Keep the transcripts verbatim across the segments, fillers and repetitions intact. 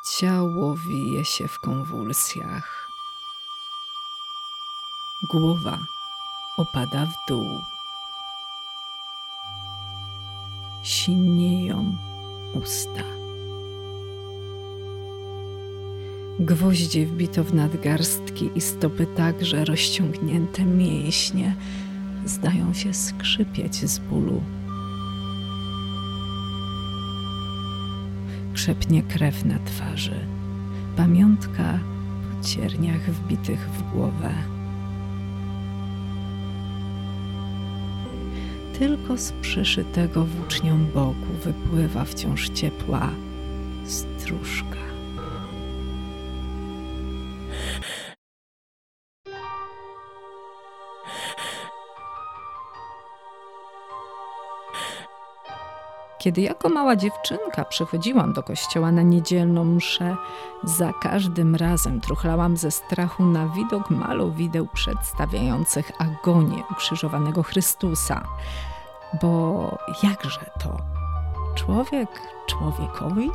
Ciało wije się w konwulsjach. Głowa opada w dół. Sinieją usta. Gwoździe wbito w nadgarstki i stopy tak, że rozciągnięte mięśnie zdają się skrzypieć z bólu. Krzepnie krew na twarzy, pamiątka po cierniach wbitych w głowę. Tylko z przyszytego włócznią boku wypływa wciąż ciepła stróżka. Kiedy jako mała dziewczynka przychodziłam do kościoła na niedzielną mszę, za każdym razem truchlałam ze strachu na widok malowideł przedstawiających agonię ukrzyżowanego Chrystusa. Bo jakże to? Człowiek człowiekowi?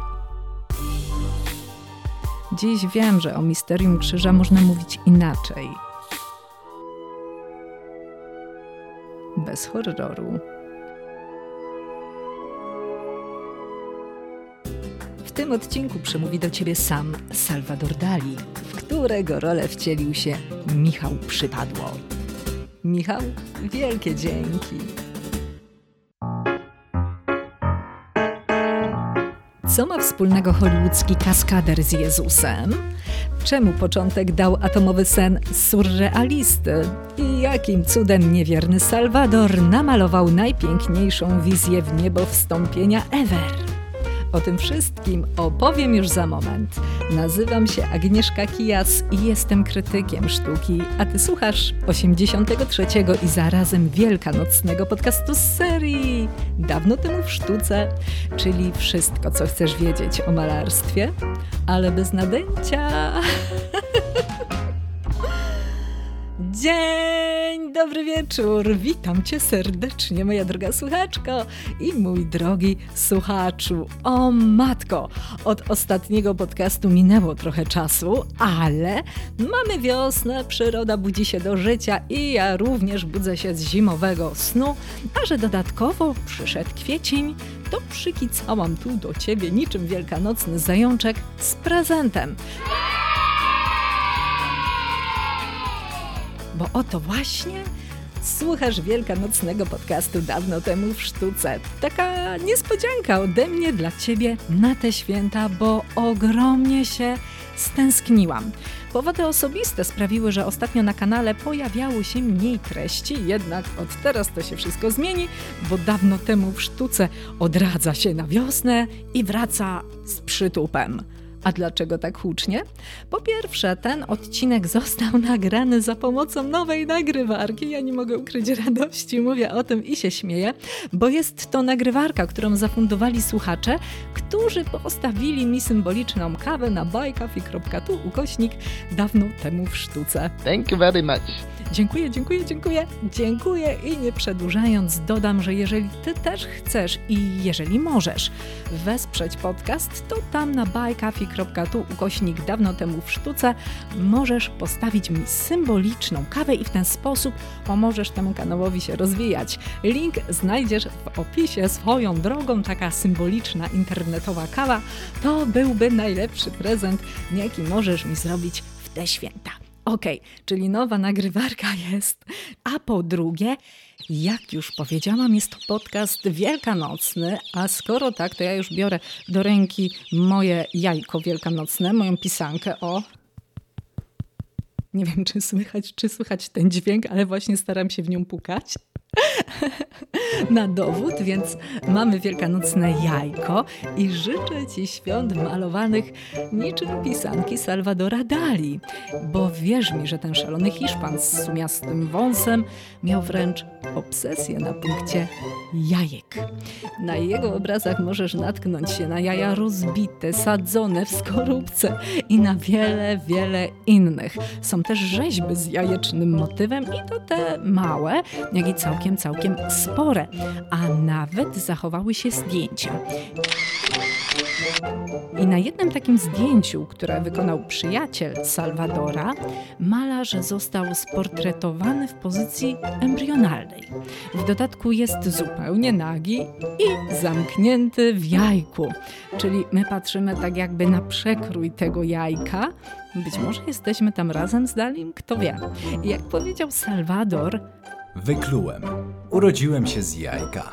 Dziś wiem, że o misterium krzyża można mówić inaczej. Bez horroru. W tym odcinku przemówi do Ciebie sam Salvador Dali, w którego rolę wcielił się Michał Przypadło. Michał, wielkie dzięki. Co ma wspólnego hollywoodzki kaskader z Jezusem? Czemu początek dał atomowy sen surrealisty? I jakim cudem niewierny Salvador namalował najpiękniejszą wizję w niebo wstąpienia ever? O tym wszystkim opowiem już za moment. Nazywam się Agnieszka Kijas i jestem krytykiem sztuki, a Ty słuchasz osiemdziesiątego trzeciego i zarazem wielkanocnego podcastu z serii Dawno temu w sztuce, czyli wszystko, co chcesz wiedzieć o malarstwie, ale bez nadęcia. Dzień dobry wieczór, witam Cię serdecznie, moja droga słuchaczko i mój drogi słuchaczu. O matko, od ostatniego podcastu minęło trochę czasu, ale mamy wiosnę, przyroda budzi się do życia i ja również budzę się z zimowego snu, a że dodatkowo przyszedł kwiecień, to przykicałam tu do Ciebie niczym wielkanocny zajączek z prezentem. Bo oto właśnie słuchasz wielkanocnego podcastu Dawno temu w sztuce. Taka niespodzianka ode mnie dla Ciebie na te święta, bo ogromnie się stęskniłam. Powody osobiste sprawiły, że ostatnio na kanale pojawiało się mniej treści, jednak od teraz to się wszystko zmieni, bo Dawno temu w sztuce odradza się na wiosnę i wraca z przytupem. A dlaczego tak hucznie? Po pierwsze, ten odcinek został nagrany za pomocą nowej nagrywarki. Ja nie mogę ukryć radości, mówię o tym i się śmieję, bo jest to nagrywarka, którą zafundowali słuchacze, którzy postawili mi symboliczną kawę na buycoffee kropka tu ukośnik Dawno temu w sztuce. Thank you very much. Dziękuję, dziękuję, dziękuję, dziękuję i nie przedłużając dodam, że jeżeli Ty też chcesz i jeżeli możesz wesprzeć podcast, to tam na buycoffee kropka tu ukośnik Dawno temu w sztuce możesz postawić mi symboliczną kawę i w ten sposób pomożesz temu kanałowi się rozwijać. Link znajdziesz w opisie. Swoją drogą taka symboliczna internetowa kawa to byłby najlepszy prezent, jaki możesz mi zrobić w te święta. Okej, okay, czyli nowa nagrywarka jest. A po drugie, jak już powiedziałam, jest to podcast wielkanocny, a skoro tak, to ja już biorę do ręki moje jajko wielkanocne, moją pisankę. O, nie wiem, czy słychać, czy słychać ten dźwięk, ale właśnie staram się w nią pukać. Na dowód, więc mamy wielkanocne jajko i życzę Ci świąt malowanych niczym pisanki Salvadora Dali, bo wierz mi, że ten szalony Hiszpan z sumiastym wąsem miał wręcz obsesję na punkcie jajek. Na jego obrazach możesz natknąć się na jaja rozbite, sadzone w skorupce i na wiele, wiele innych. Są też rzeźby z jajecznym motywem i to te małe, jak i całkiem, całkiem spore. A nawet zachowały się zdjęcia. I na jednym takim zdjęciu, które wykonał przyjaciel Salvadora, malarz został sportretowany w pozycji embrionalnej. W dodatku jest zupełnie nagi i zamknięty w jajku. Czyli my patrzymy tak jakby na przekrój tego jajka. Być może jesteśmy tam razem z Dalim, kto wie. I jak powiedział Salvador, wyklułem. Urodziłem się z jajka.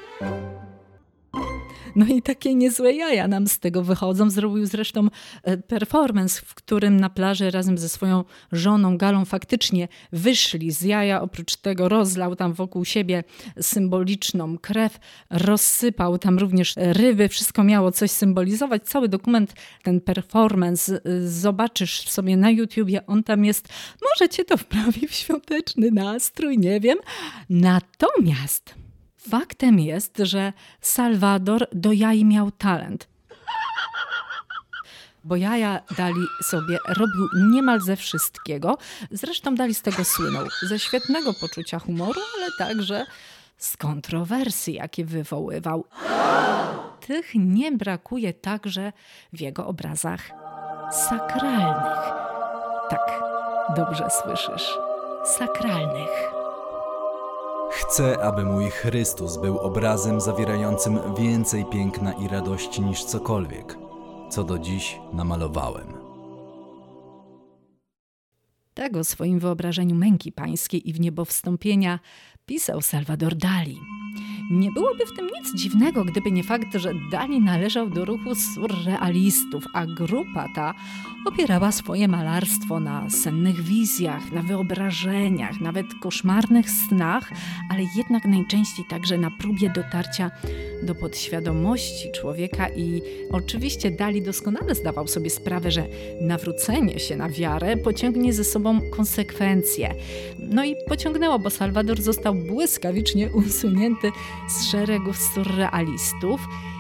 No i takie niezłe jaja nam z tego wychodzą. Zrobił zresztą performance, w którym na plaży razem ze swoją żoną Galą faktycznie wyszli z jaja. Oprócz tego rozlał tam wokół siebie symboliczną krew, rozsypał tam również ryby. Wszystko miało coś symbolizować. Cały dokument, ten performance zobaczysz sobie na YouTubie. On tam jest. Może cię to wprawi w świąteczny nastrój, nie wiem. Natomiast faktem jest, że Salvador do jaj miał talent. Bo jaja Dali sobie robił niemal ze wszystkiego. Zresztą Dali z tego słynął. Ze świetnego poczucia humoru, ale także z kontrowersji, jakie wywoływał. Tych nie brakuje także w jego obrazach sakralnych. Tak, dobrze słyszysz. Sakralnych. Chcę, aby mój Chrystus był obrazem zawierającym więcej piękna i radości niż cokolwiek, co do dziś namalowałem. Tak o swoim wyobrażeniu męki pańskiej i wniebowstąpienia pisał Salvador Dali. Nie byłoby w tym nic dziwnego, gdyby nie fakt, że Dali należał do ruchu surrealistów, a grupa ta opierała swoje malarstwo na sennych wizjach, na wyobrażeniach, nawet koszmarnych snach, ale jednak najczęściej także na próbie dotarcia do podświadomości człowieka i oczywiście Dali doskonale zdawał sobie sprawę, że nawrócenie się na wiarę pociągnie ze sobą konsekwencje. No i pociągnęło, bo Salvador został błyskawicznie usunięty z szeregów surrealistów.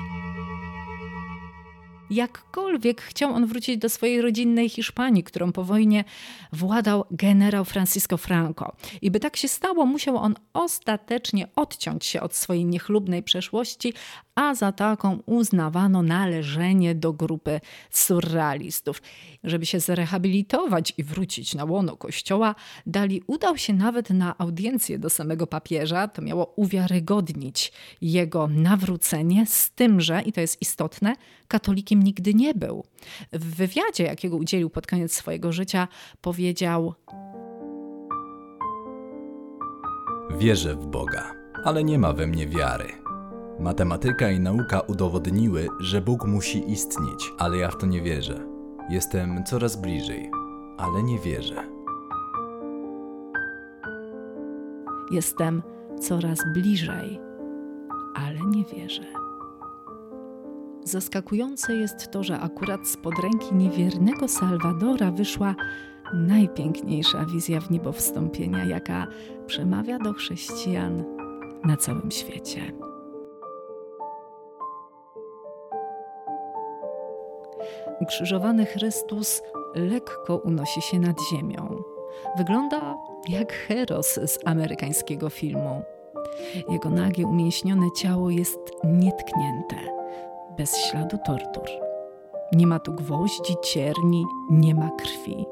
Jakkolwiek chciał on wrócić do swojej rodzinnej Hiszpanii, którą po wojnie władał generał Francisco Franco. I by tak się stało, musiał on ostatecznie odciąć się od swojej niechlubnej przeszłości, a za taką uznawano należenie do grupy surrealistów. Żeby się zrehabilitować i wrócić na łono kościoła, Dali udał się nawet na audiencję do samego papieża. To miało uwiarygodnić jego nawrócenie, z tym, że, i to jest istotne, katolikiem nigdy nie był. W wywiadzie, jakiego udzielił pod koniec swojego życia, powiedział: wierzę w Boga, ale nie ma we mnie wiary. Matematyka i nauka udowodniły, że Bóg musi istnieć, ale ja w to nie wierzę. Jestem coraz bliżej, ale nie wierzę. Jestem coraz bliżej, ale nie wierzę. Zaskakujące jest to, że akurat spod ręki niewiernego Salvadora wyszła najpiękniejsza wizja wniebowstąpienia, jaka przemawia do chrześcijan na całym świecie. Ukrzyżowany Chrystus lekko unosi się nad ziemią. Wygląda jak Heros z amerykańskiego filmu. Jego nagie, umięśnione ciało jest nietknięte, bez śladu tortur. Nie ma tu gwoździ, cierni, nie ma krwi.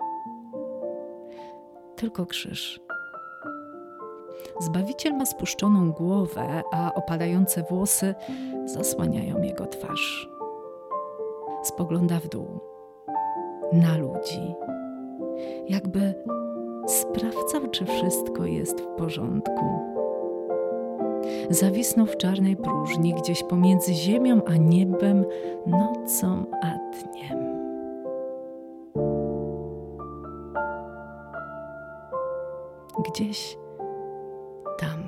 Tylko krzyż. Zbawiciel ma spuszczoną głowę, a opadające włosy zasłaniają jego twarz. Spogląda w dół, na ludzi, jakby sprawdzał, czy wszystko jest w porządku. Zawisnął w czarnej próżni, gdzieś pomiędzy ziemią a niebem, nocą a dniem. Gdzieś tam.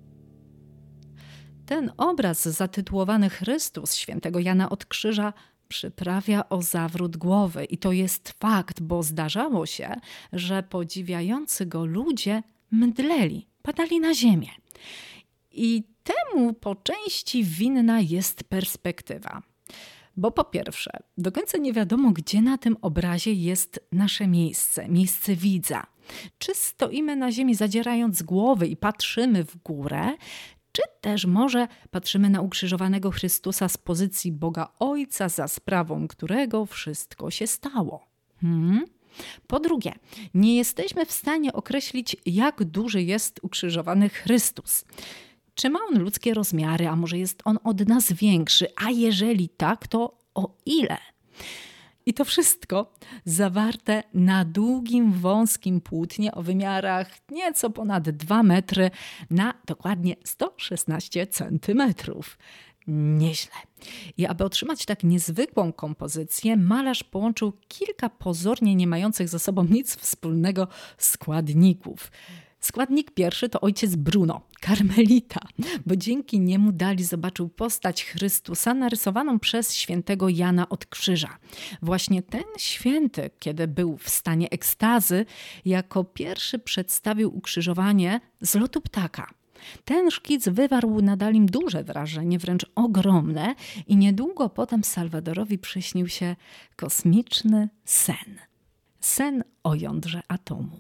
Ten obraz zatytułowany Chrystus świętego Jana od Krzyża przyprawia o zawrót głowy. I to jest fakt, bo zdarzało się, że podziwiający go ludzie mdleli, padali na ziemię. I temu po części winna jest perspektywa. Bo po pierwsze, do końca nie wiadomo, gdzie na tym obrazie jest nasze miejsce, miejsce widza. Czy stoimy na ziemi zadzierając głowy i patrzymy w górę, czy też może patrzymy na ukrzyżowanego Chrystusa z pozycji Boga Ojca, za sprawą którego wszystko się stało. Hmm? Po drugie, nie jesteśmy w stanie określić, jak duży jest ukrzyżowany Chrystus. Czy ma on ludzkie rozmiary, a może jest on od nas większy? A jeżeli tak, to o ile? I to wszystko zawarte na długim, wąskim płótnie o wymiarach nieco ponad dwa metry na dokładnie sto szesnaście centymetrów. Nieźle. I aby otrzymać tak niezwykłą kompozycję, malarz połączył kilka pozornie nie mających ze sobą nic wspólnego składników. Składnik pierwszy to ojciec Bruno, karmelita, bo dzięki niemu Dali zobaczył postać Chrystusa narysowaną przez świętego Jana od Krzyża. Właśnie ten święty, kiedy był w stanie ekstazy, jako pierwszy przedstawił ukrzyżowanie z lotu ptaka. Ten szkic wywarł na Dalim duże wrażenie, wręcz ogromne, i niedługo potem Salvadorowi przyśnił się kosmiczny sen. Sen o jądrze atomu.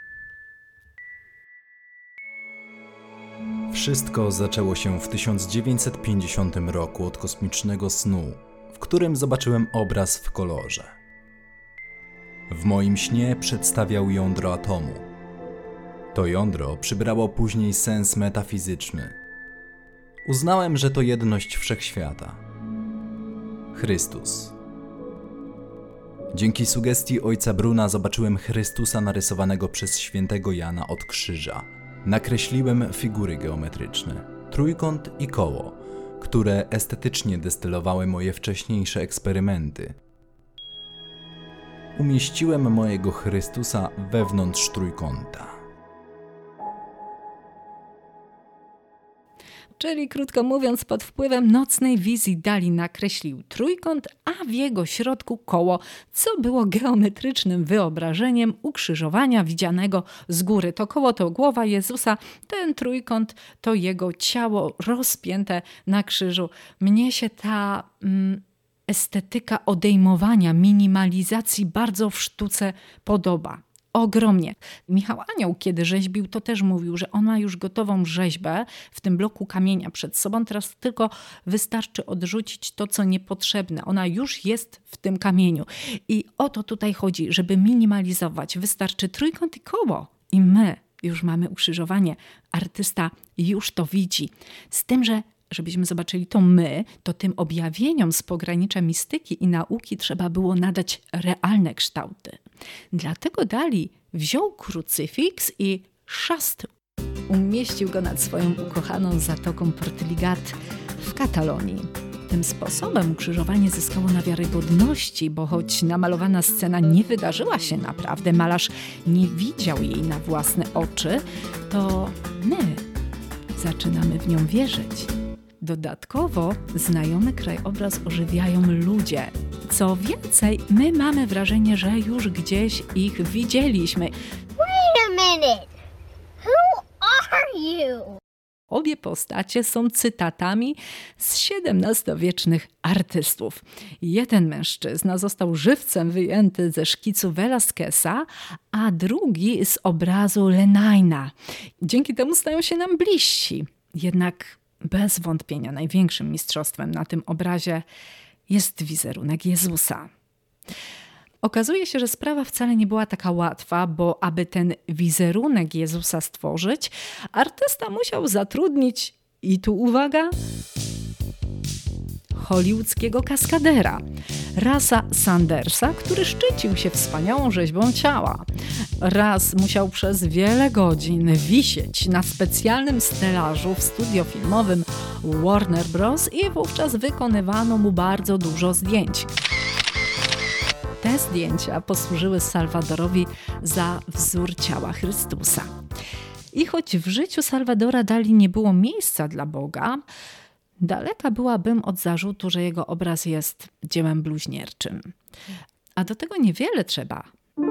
Wszystko zaczęło się w tysiąc dziewięćset pięćdziesiątym roku od kosmicznego snu, w którym zobaczyłem obraz w kolorze. W moim śnie przedstawiał jądro atomu. To jądro przybrało później sens metafizyczny. Uznałem, że to jedność wszechświata. Chrystus. Dzięki sugestii ojca Bruna zobaczyłem Chrystusa narysowanego przez świętego Jana od Krzyża. Nakreśliłem figury geometryczne, trójkąt i koło, które estetycznie destylowały moje wcześniejsze eksperymenty. Umieściłem mojego Chrystusa wewnątrz trójkąta. Czyli krótko mówiąc, pod wpływem nocnej wizji Dali nakreślił trójkąt, a w jego środku koło, co było geometrycznym wyobrażeniem ukrzyżowania widzianego z góry. To koło to głowa Jezusa, ten trójkąt to jego ciało rozpięte na krzyżu. Mnie się ta mm, estetyka odejmowania, minimalizacji bardzo w sztuce podoba. Ogromnie. Michał Anioł, kiedy rzeźbił, to też mówił, że on ma już gotową rzeźbę w tym bloku kamienia przed sobą. Teraz tylko wystarczy odrzucić to, co niepotrzebne. Ona już jest w tym kamieniu. I o to tutaj chodzi, żeby minimalizować. Wystarczy trójkąt i koło. I my już mamy ukrzyżowanie. Artysta już to widzi. Z tym, że żebyśmy zobaczyli to my, to tym objawieniom z pogranicza mistyki i nauki trzeba było nadać realne kształty. Dlatego Dali wziął krucyfiks i szast umieścił go nad swoją ukochaną zatoką Portligat w Katalonii. Tym sposobem ukrzyżowanie zyskało na wiarygodności, bo choć namalowana scena nie wydarzyła się naprawdę, malarz nie widział jej na własne oczy, to my zaczynamy w nią wierzyć. Dodatkowo znajomy krajobraz ożywiają ludzie. Co więcej, my mamy wrażenie, że już gdzieś ich widzieliśmy. Wait a minute! Who are you? Obie postacie są cytatami z siedemnastowiecznych artystów. Jeden mężczyzna został żywcem wyjęty ze szkicu Velázqueza, a drugi z obrazu Lenaina. Dzięki temu stają się nam bliżsi. Jednak bez wątpienia największym mistrzostwem na tym obrazie jest wizerunek Jezusa. Okazuje się, że sprawa wcale nie była taka łatwa, bo aby ten wizerunek Jezusa stworzyć, artysta musiał zatrudnić, i tu uwaga, hollywoodzkiego kaskadera, Rasa Sandersa, który szczycił się wspaniałą rzeźbą ciała. Raz musiał przez wiele godzin wisieć na specjalnym stelażu w studio filmowym Warner Bros. I wówczas wykonywano mu bardzo dużo zdjęć. Te zdjęcia posłużyły Salvadorowi za wzór ciała Chrystusa. I choć w życiu Salvadora Dali nie było miejsca dla Boga, Daleka byłabym od zarzutu, że jego obraz jest dziełem bluźnierczym. A do tego niewiele trzeba.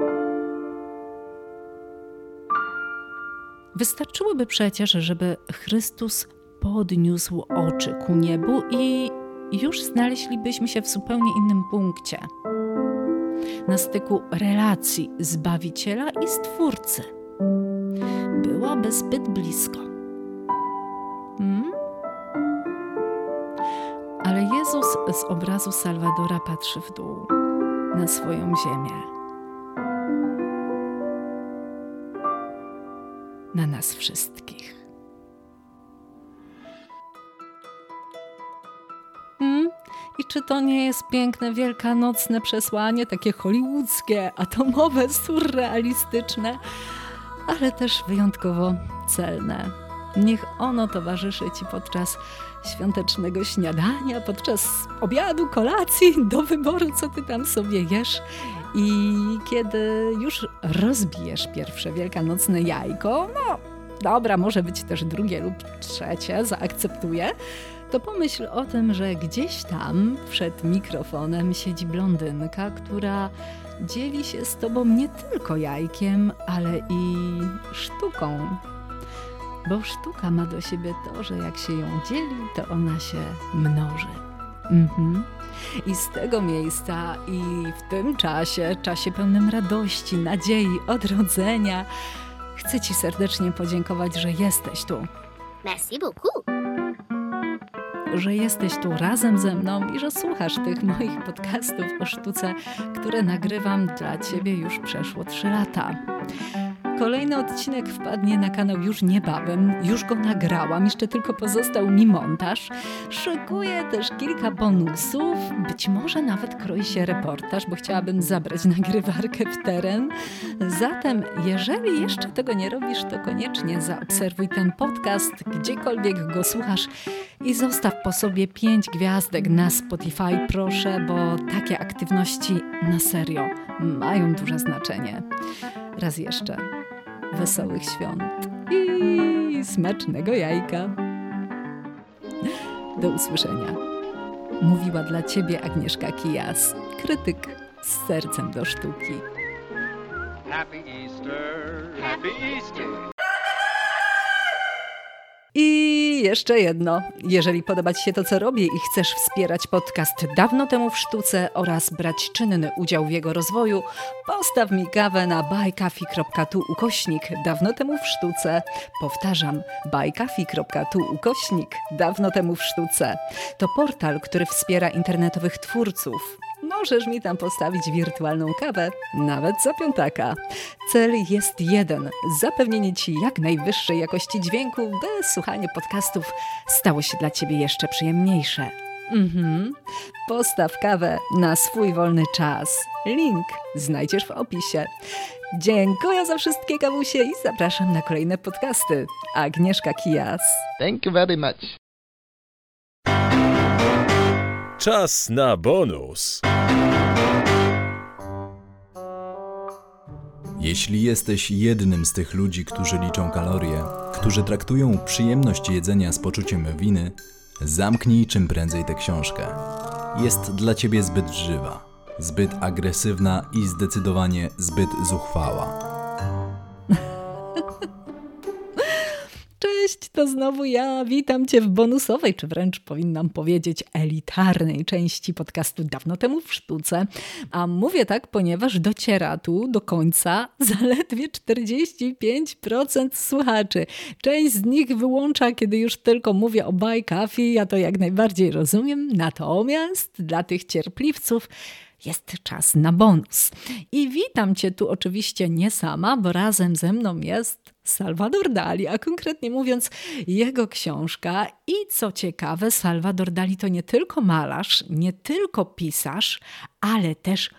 Wystarczyłoby przecież, żeby Chrystus podniósł oczy ku niebu i już znaleźlibyśmy się w zupełnie innym punkcie. Na styku relacji Zbawiciela i Stwórcy. Byłoby zbyt blisko. Hmm? Ale Jezus z obrazu Salwadora patrzy w dół, na swoją ziemię. Na nas wszystkich. Hmm? I czy to nie jest piękne, wielkanocne przesłanie, takie hollywoodzkie, atomowe, surrealistyczne, ale też wyjątkowo celne. Niech ono towarzyszy Ci podczas świątecznego śniadania, podczas obiadu, kolacji, do wyboru, co Ty tam sobie jesz. I kiedy już rozbijesz pierwsze wielkanocne jajko, no dobra, może być też drugie lub trzecie, zaakceptuję, to pomyśl o tym, że gdzieś tam przed mikrofonem siedzi blondynka, która dzieli się z Tobą nie tylko jajkiem, ale i sztuką. Bo sztuka ma do siebie to, że jak się ją dzieli, to ona się mnoży. Mhm. I z tego miejsca i w tym czasie, czasie pełnym radości, nadziei, odrodzenia, chcę Ci serdecznie podziękować, że jesteś tu. Merci beaucoup. Że jesteś tu razem ze mną i że słuchasz tych moich podcastów o sztuce, które nagrywam dla Ciebie już przeszło trzy lata. Kolejny odcinek wpadnie na kanał już niebawem, już go nagrałam, jeszcze tylko pozostał mi montaż. Szykuję też kilka bonusów, być może nawet kroi się reportaż, bo chciałabym zabrać nagrywarkę w teren. Zatem, jeżeli jeszcze tego nie robisz, to koniecznie zaobserwuj ten podcast, gdziekolwiek go słuchasz i zostaw po sobie pięć gwiazdek na Spotify, proszę, bo takie aktywności na serio mają duże znaczenie. Raz jeszcze. Wesołych świąt i smacznego jajka. Do usłyszenia. Mówiła dla Ciebie Agnieszka Kijas, krytyk z sercem do sztuki. Happy Easter, Happy Easter. I jeszcze jedno. Jeżeli podoba Ci się to, co robię i chcesz wspierać podcast Dawno temu w sztuce oraz brać czynny udział w jego rozwoju, postaw mi kawę na buycoffee.tu ukośnik Dawno temu w sztuce. Powtarzam, buycoffee.tu ukośnik Dawno temu w sztuce. To portal, który wspiera internetowych twórców. Możesz mi tam postawić wirtualną kawę, nawet za piątaka. Cel jest jeden. Zapewnienie Ci jak najwyższej jakości dźwięku, by słuchanie podcastów stało się dla Ciebie jeszcze przyjemniejsze. Mhm. Postaw kawę na swój wolny czas. Link znajdziesz w opisie. Dziękuję za wszystkie kawusie i zapraszam na kolejne podcasty. Agnieszka Kijas. Thank you very much. Czas na bonus. Jeśli jesteś jednym z tych ludzi, którzy liczą kalorie, którzy traktują przyjemność jedzenia z poczuciem winy, zamknij czym prędzej tę książkę. Jest dla Ciebie zbyt żywa, zbyt agresywna i zdecydowanie zbyt zuchwała. Cześć, to znowu ja. Witam Cię w bonusowej, czy wręcz powinnam powiedzieć elitarnej części podcastu Dawno temu w sztuce. A mówię tak, ponieważ dociera tu do końca zaledwie czterdzieści pięć procent słuchaczy. Część z nich wyłącza, kiedy już tylko mówię o Buy Coffee. Ja to jak najbardziej rozumiem. Natomiast dla tych cierpliwców jest czas na bonus. I witam Cię tu oczywiście nie sama, bo razem ze mną jest Salvador Dali, a konkretnie mówiąc jego książka. I co ciekawe, Salvador Dali to nie tylko malarz, nie tylko pisarz, ale też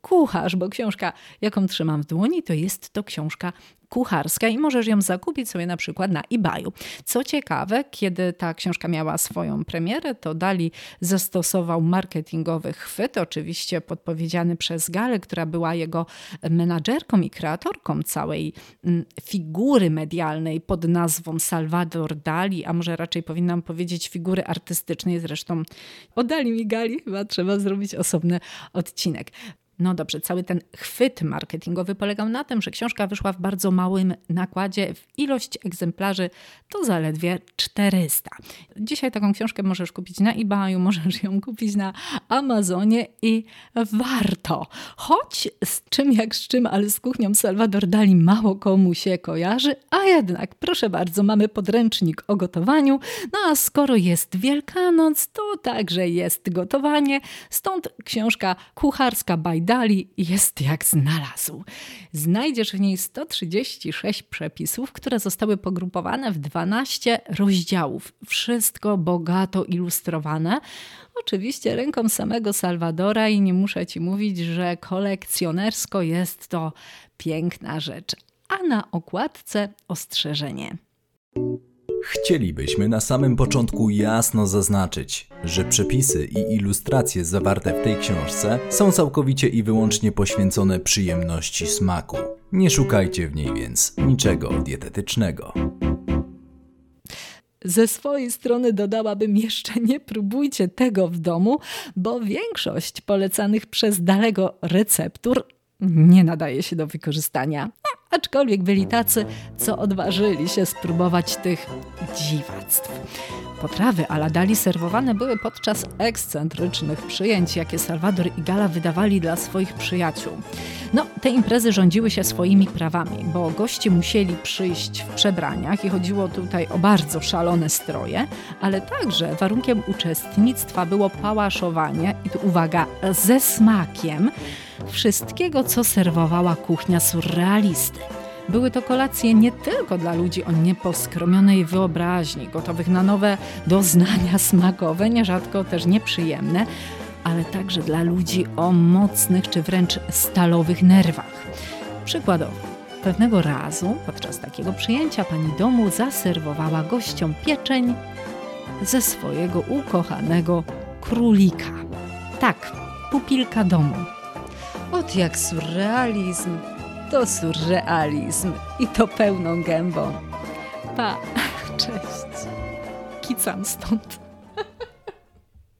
kucharz, bo książka, jaką trzymam w dłoni, to jest to książka kucharska i możesz ją zakupić sobie na przykład na eBayu. Co ciekawe, kiedy ta książka miała swoją premierę, to Dali zastosował marketingowy chwyt, oczywiście podpowiedziany przez Galę, która była jego menadżerką i kreatorką całej figury medialnej pod nazwą Salvador Dali, a może raczej powinnam powiedzieć figury artystycznej, zresztą o Dali i Gali chyba trzeba zrobić osobny odcinek. No dobrze, cały ten chwyt marketingowy polegał na tym, że książka wyszła w bardzo małym nakładzie. W ilość egzemplarzy to zaledwie czterysta. Dzisiaj taką książkę możesz kupić na eBayu, możesz ją kupić na Amazonie i warto. Choć z czym jak z czym, ale z kuchnią Salvador Dali mało komu się kojarzy, a jednak proszę bardzo, mamy podręcznik o gotowaniu. No a skoro jest Wielkanoc, to także jest gotowanie. Stąd książka kucharska by Dali jest jak znalazł. Znajdziesz w niej sto trzydzieści sześć przepisów, które zostały pogrupowane w dwanaście rozdziałów. Wszystko bogato ilustrowane. Oczywiście ręką samego Salvadora i nie muszę ci mówić, że kolekcjonersko jest to piękna rzecz. A na okładce ostrzeżenie. Chcielibyśmy na samym początku jasno zaznaczyć, że przepisy i ilustracje zawarte w tej książce są całkowicie i wyłącznie poświęcone przyjemności smaku. Nie szukajcie w niej więc niczego dietetycznego. Ze swojej strony dodałabym jeszcze nie próbujcie tego w domu, bo większość polecanych przez Dalego receptur nie nadaje się do wykorzystania. Aczkolwiek byli tacy, co odważyli się spróbować tych dziwactw. Potrawy a la Dali serwowane były podczas ekscentrycznych przyjęć, jakie Salvador i Gala wydawali dla swoich przyjaciół. No, te imprezy rządziły się swoimi prawami, bo goście musieli przyjść w przebraniach i chodziło tutaj o bardzo szalone stroje, ale także warunkiem uczestnictwa było pałaszowanie, i tu uwaga, ze smakiem wszystkiego, co serwowała kuchnia surrealisty. Były to kolacje nie tylko dla ludzi o nieposkromionej wyobraźni, gotowych na nowe doznania smakowe, nierzadko też nieprzyjemne, ale także dla ludzi o mocnych czy wręcz stalowych nerwach. Przykładowo, pewnego razu podczas takiego przyjęcia pani domu zaserwowała gościom pieczeń ze swojego ukochanego królika. Tak, pupilka domu. Ot jak surrealizm, to surrealizm i to pełną gębą. Pa, cześć. Kicam stąd.